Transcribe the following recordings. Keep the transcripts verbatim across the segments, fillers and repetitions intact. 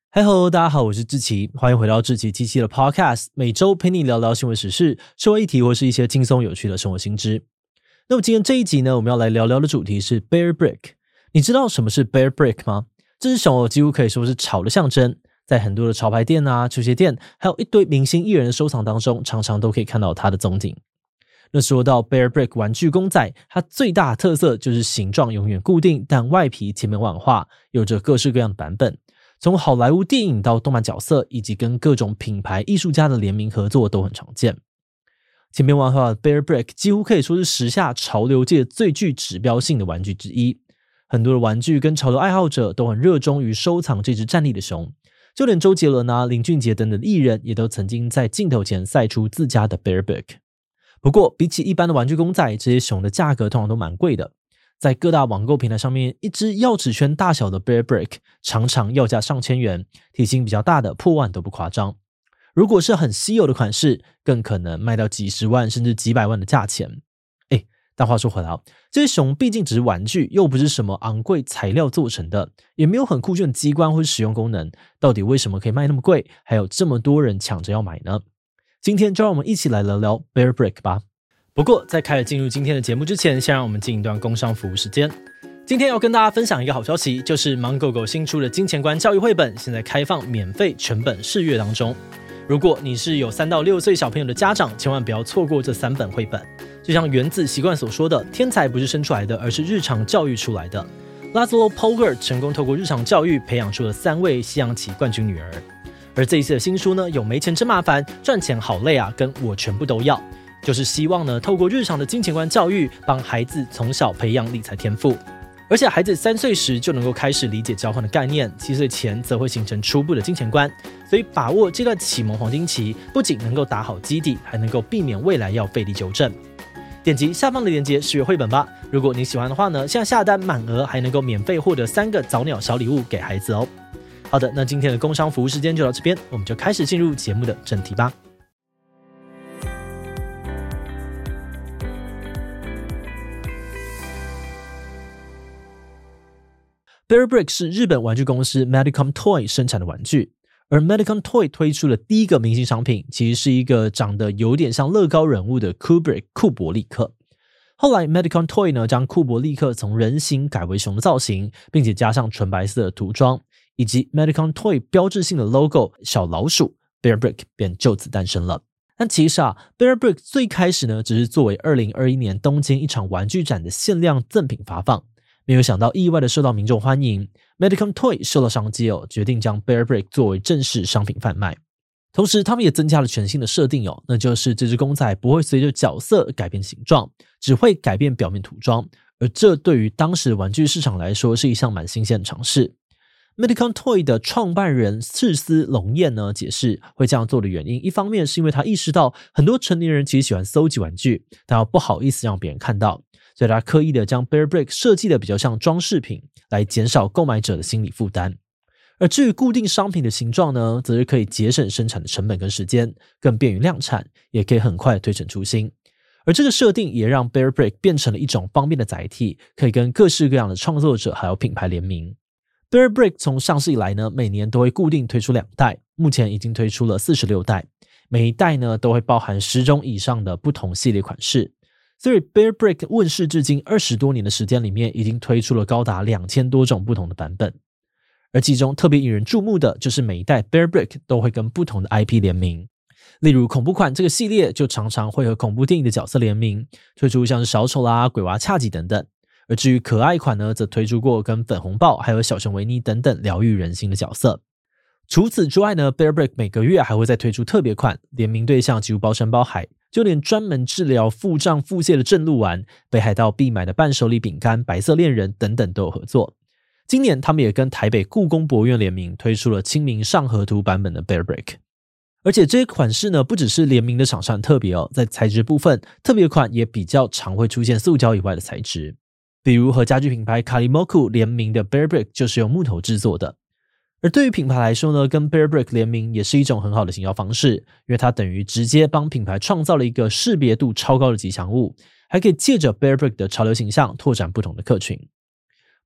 嗨吼，大家好，我是志祺，欢迎回到志祺七七的 Podcast， 每周陪你聊聊新闻时事、社会议题或是一些轻松有趣的生活新知。那么今天这一集呢，我们要来聊聊的主题是 Bear Brick。你知道什么是 Bear Brick 吗？这只熊几乎可以说是潮的象征，在很多的潮牌店啊、球鞋店，还有一堆明星艺人的收藏当中，常常都可以看到它的踪影。那说到 Bear Brick 玩具公仔，它最大的特色就是形状永远固定，但外皮前面万化，有着各式各样的版本。从好莱坞电影到动漫角色，以及跟各种品牌艺术家的联名合作都很常见。千变万化的 Bear Brick 几乎可以说是时下潮流界最具指标性的玩具之一。很多的玩具跟潮流爱好者都很热衷于收藏这只站立的熊，就连周杰伦啊、林俊杰等等的艺人也都曾经在镜头前晒出自家的 Bear Brick。不过比起一般的玩具公仔，这些熊的价格通常都蛮贵的。在各大网购平台上面，一只钥匙圈大小的 Bear Brick 常常要价上千元，体型比较大的破万都不夸张。如果是很稀有的款式，更可能卖到几十万甚至几百万的价钱。诶，但话说回来，这些熊毕竟只是玩具，又不是什么昂贵材料做成的，也没有很酷炫的机关或是使用功能，到底为什么可以卖那么贵，还有这么多人抢着要买呢？今天就让我们一起来聊聊 Bear Brick 吧。不过在开始进入今天的节目之前，先让我们进一段工商服务时间。今天要跟大家分享一个好消息，就是芒狗狗新出的金钱观教育绘本现在开放免费全本试阅当中。如果你是有三到六岁小朋友的家长，千万不要错过这三本绘本。就像原子习惯所说的，天才不是生出来的，而是日常教育出来的。Laszlo Polgar 成功透过日常教育培养出了三位西洋棋冠军女儿。而这一次的新书呢，有没钱真麻烦、赚钱好累啊，跟我全部都要，就是希望呢，透过日常的金钱观教育，帮孩子从小培养理财天赋。而且孩子三岁时就能够开始理解交换的概念，七岁前则会形成初步的金钱观。所以把握这段启蒙黄金期，不仅能够打好基底，还能够避免未来要费力纠正。点击下方的链接试阅绘本吧。如果你喜欢的话呢，现在下单满额还能够免费获得三个早鸟小礼物给孩子哦。好的，那今天的工商服务时间就到这边，我们就开始进入节目的正题吧。Bear Brick 是日本玩具公司 Medicom Toy 生产的玩具，而 Medicom Toy 推出的第一个明星商品其实是一个长得有点像乐高人物的 Kubrick 库伯利克。后来 Medicom Toy 呢将库伯利克从人形改为熊的造型，并且加上纯白色的涂装，以及 Medicom Toy 标志性的 logo 小老鼠 Bear Brick 便就此诞生了。但其实啊 Bear Brick 最开始呢只是作为二零二一年东京一场玩具展的限量赠品发放，没有想到意外的受到民众欢迎。 Medicom Toy 受到商机哦，决定将 Bear Brick 作为正式商品贩卖。同时他们也增加了全新的设定哦，那就是这只公仔不会随着角色改变形状，只会改变表面涂装，而这对于当时的玩具市场来说是一项蛮新鲜的尝试。Medicom Toy 的创办人赤司龙彦呢解释，会这样做的原因，一方面是因为他意识到很多成年人其实喜欢搜集玩具，但又不好意思让别人看到，所以他刻意的将 Bear Brick 设计的比较像装饰品，来减少购买者的心理负担。而至于固定商品的形状呢，则是可以节省生产的成本跟时间，更便于量产，也可以很快推陈出新。而这个设定也让 Bear Brick 变成了一种方便的载体，可以跟各式各样的创作者还有品牌联名。Bear Brick 从上市以来呢，每年都会固定推出两代，目前已经推出了四十六代，每一代呢都会包含十种以上的不同系列款式。所以 Bear Brick 问世至今二十多年的时间里面，已经推出了高达两千多种不同的版本。而其中特别引人注目的就是每一代 Bear Brick 都会跟不同的 I P 联名，例如恐怖款这个系列就常常会和恐怖电影的角色联名，推出像是小丑啦、鬼娃恰吉等等。而至于可爱款呢，则推出过跟粉红豹还有小熊维尼等等疗愈人心的角色。除此之外呢 Bear Brick 每个月还会再推出特别款，联名对象几乎包山包海，就连专门治疗腹胀腹泻的正露丸、北海道必买的伴手礼饼干白色恋人等等都有合作。今年他们也跟台北故宫博物院联名，推出了清明上河图版本的 Bear Brick。而且这些款式呢，不只是联名的厂商特别哦，在材质部分，特别款也比较常会出现塑胶以外的材质。比如和家具品牌 Kalimoku 联名的 Bear Brick 就是用木头制作的。而对于品牌来说呢，跟 Bear Brick 联名也是一种很好的行销方式，因为它等于直接帮品牌创造了一个识别度超高的吉祥物，还可以借着 Bear Brick 的潮流形象拓展不同的客群。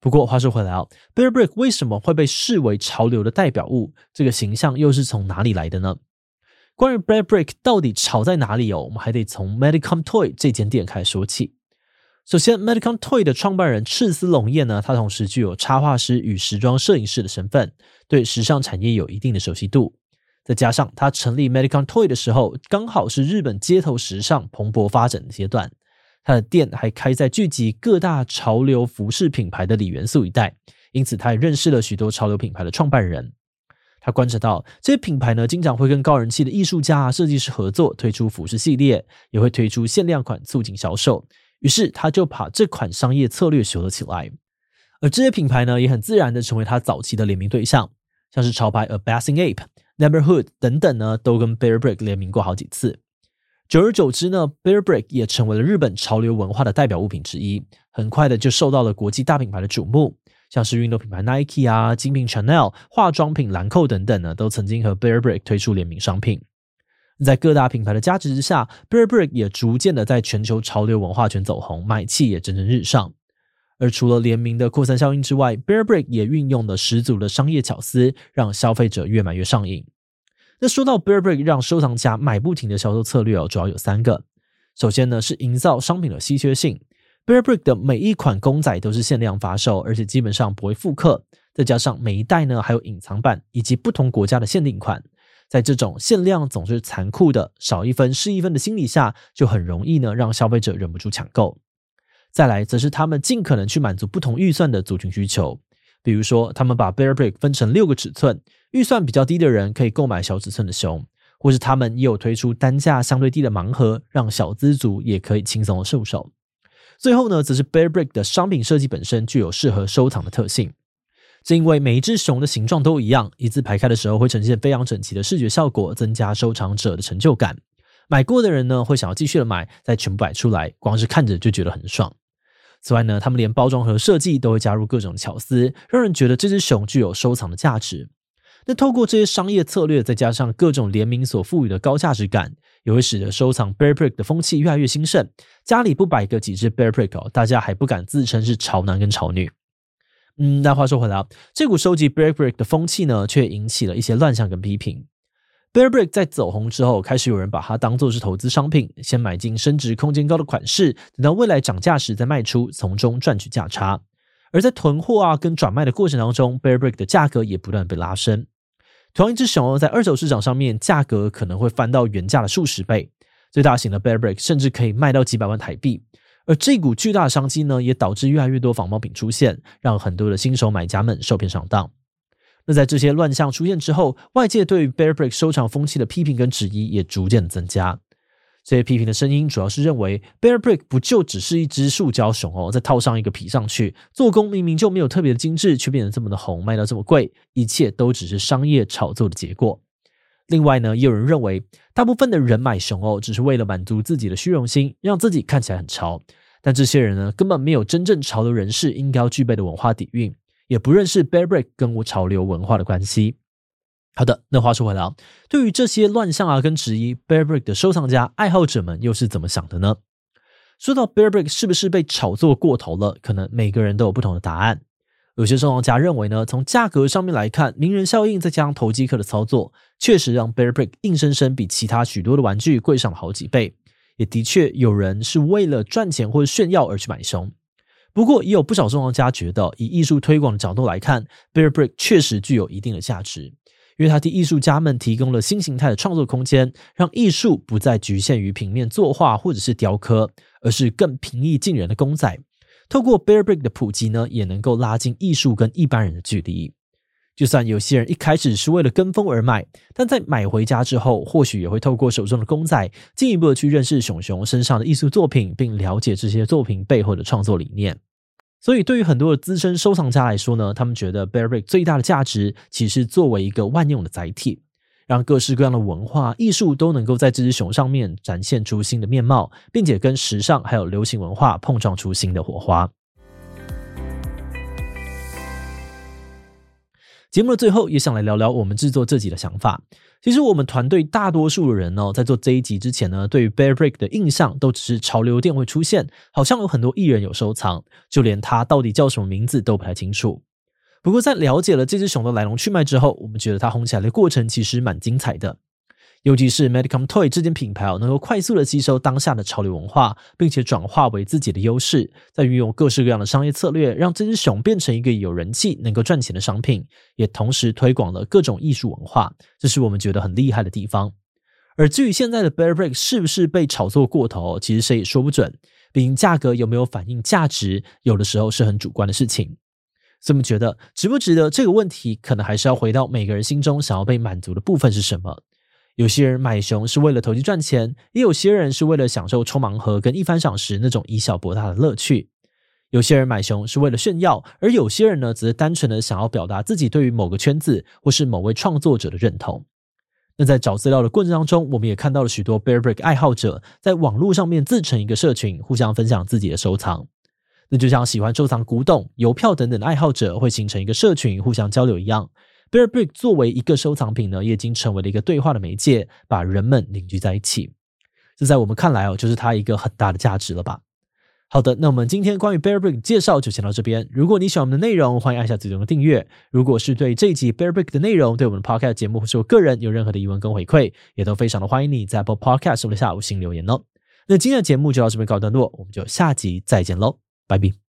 不过话说回来啊 Bear Brick 为什么会被视为潮流的代表物？这个形象又是从哪里来的呢？关于 Bear Brick 到底潮在哪里哦，我们还得从 Medicom Toy 这间店开始说起。首先 Medicom Toy 的创办人赤司龙彦呢，他同时具有插画师与时装摄影师的身份，对时尚产业有一定的熟悉度。再加上他成立 Medicom Toy 的时候，刚好是日本街头时尚蓬勃发展的阶段，他的店还开在聚集各大潮流服饰品牌的里元素一带，因此他也认识了许多潮流品牌的创办人。他观察到这些品牌呢，经常会跟高人气的艺术家啊、设计师合作推出服饰系列，也会推出限量款促进销售，于是他就把这款商业策略学了起来。而这些品牌呢，也很自然的成为他早期的联名对象，像是潮牌 A Bathing Ape、Neighborhood 等等呢，都跟 Bear Brick 联名过好几次。久而久之呢 Bear Brick 也成为了日本潮流文化的代表物品之一，很快的就受到了国际大品牌的瞩目，像是运动品牌 Nike 啊、精品 Chanel、化妆品兰蔻等等呢，都曾经和 Bear Brick 推出联名商品。在各大品牌的加持之下 Bear Brick 也逐渐的在全球潮流文化圈走红，买气也蒸蒸日上。而除了联名的扩散效应之外， Bear Brick 也运用了十足的商业巧思，让消费者越买越上瘾。那说到 Bear Brick 让收藏家买不停的销售策略哦，主要有三个。首先呢，是营造商品的稀缺性， Bear Brick 的每一款公仔都是限量发售，而且基本上不会复刻，再加上每一代呢还有隐藏版以及不同国家的限定款，在这种限量总是残酷的少一分是一分的心理下，就很容易呢让消费者忍不住抢购。再来则是他们尽可能去满足不同预算的族群需求，比如说他们把 Bear Brick 分成六个尺寸，预算比较低的人可以购买小尺寸的熊，或是他们也有推出单价相对低的盲盒，让小资族也可以轻松的入手。最后呢，则是 Bear Brick 的商品设计本身具有适合收藏的特性，是因为每一只熊的形状都一样，一字排开的时候会呈现非常整齐的视觉效果，增加收藏者的成就感。买过的人呢，会想要继续的买，再全部摆出来，光是看着就觉得很爽。此外呢，他们连包装盒设计都会加入各种巧思，让人觉得这只熊具有收藏的价值。那透过这些商业策略，再加上各种联名所赋予的高价值感，也会使得收藏 Bear Brick 的风气越来越兴盛。家里不摆个几只 Bear Brick 哦，大家还不敢自称是潮男跟潮女。嗯，但话说回来，这股收集 Bear Brick 的风气呢，却引起了一些乱象跟批评。Bear Brick 在走红之后，开始有人把它当作是投资商品，先买进升值空间高的款式，等到未来涨价时再卖出，从中赚取价差。而在囤货啊跟转卖的过程当中 Bear Brick 的价格也不断被拉升。同样一只熊在二手市场上面价格可能会翻到原价的数十倍，最大型的 Bear Brick 甚至可以卖到几百万台币。而这股巨大的商机呢，也导致越来越多仿冒品出现，让很多的新手买家们受骗上当。那在这些乱象出现之后，外界对于 Bear Brick 收藏风气的批评跟质疑也逐渐增加。这些批评的声音主要是认为 Bear Brick 不就只是一只塑胶熊哦，再套上一个皮上去，做工明明就没有特别的精致，却变得这么的红，卖到这么贵，一切都只是商业炒作的结果。另外呢，也有人认为大部分的人买熊哦，只是为了满足自己的虚荣心，让自己看起来很潮，但这些人呢，根本没有真正潮流人士应该要具备的文化底蕴，也不认识 Bear Brick 跟潮流文化的关系。好的，那话说回来，对于这些乱象啊跟质疑 Bear Brick 的收藏家爱好者们又是怎么想的呢？说到 Bear Brick 是不是被炒作过头了，可能每个人都有不同的答案。有些收藏家认为呢，从价格上面来看，名人效应再加上投机客的操作，确实让 Bear Brick 硬生生比其他许多的玩具贵上了好几倍。也的确有人是为了赚钱或者炫耀而去买熊。不过也有不少收藏家觉得，以艺术推广的角度来看， Bear Brick 确实具有一定的价值，因为它替艺术家们提供了新形态的创作空间，让艺术不再局限于平面作画或者是雕刻，而是更平易近人的公仔。透过 Bear Brick 的普及呢，也能够拉近艺术跟一般人的距离。就算有些人一开始是为了跟风而买，但在买回家之后，或许也会透过手中的公仔，进一步的去认识熊熊身上的艺术作品，并了解这些作品背后的创作理念。所以对于很多的资深收藏家来说呢，他们觉得 Bear Brick 最大的价值其实作为一个万用的载体，让各式各样的文化艺术都能够在这只熊上面展现出新的面貌，并且跟时尚还有流行文化碰撞出新的火花。 节目的最后也想来聊聊我们制作这集的想法。其实我们团队大多数的人哦，在做这一集之前呢，对于 Bearbrick 的印象都只是潮流店会出现，好像有很多艺人有收藏，就连它到底叫什么名字都不太清楚。不过在了解了这只熊的来龙去脉之后，我们觉得它红起来的过程其实蛮精彩的。尤其是 Medicom Toy 这间品牌能够快速的吸收当下的潮流文化，并且转化为自己的优势，再运用各式各样的商业策略，让这只熊变成一个有人气、能够赚钱的商品，也同时推广了各种艺术文化，这是我们觉得很厉害的地方。而至于现在的 Bearbrick 是不是被炒作过头，其实谁也说不准，毕竟价格有没有反映价值，有的时候是很主观的事情。所以我们觉得值不值得这个问题，可能还是要回到每个人心中想要被满足的部分是什么。有些人买熊是为了投机赚钱，也有些人是为了享受抽盲盒跟一番赏识那种以小博大的乐趣。有些人买熊是为了炫耀，而有些人呢，只是单纯的想要表达自己对于某个圈子或是某位创作者的认同。那在找资料的过程当中，我们也看到了许多 Bearbrick 爱好者在网络上面自成一个社群，互相分享自己的收藏。那就像喜欢收藏古董、邮票等等的爱好者会形成一个社群，互相交流一样。Bearbrick 作为一个收藏品呢，也已经成为了一个对话的媒介，把人们凝聚在一起。这在我们看来哦，就是它一个很大的价值了吧。好的，那我们今天关于 Bearbrick 的介绍就先到这边。如果你喜欢我们的内容，欢迎按下最终的订阅。如果是对这一集 Bearbrick 的内容，对我们的 Podcast 节目或是我个人有任何的疑问跟回馈，也都非常的欢迎你在 Apple Podcast 留下五星留言哦。那今天的节目就到这边告一段落，我们就下集再见喽，拜拜。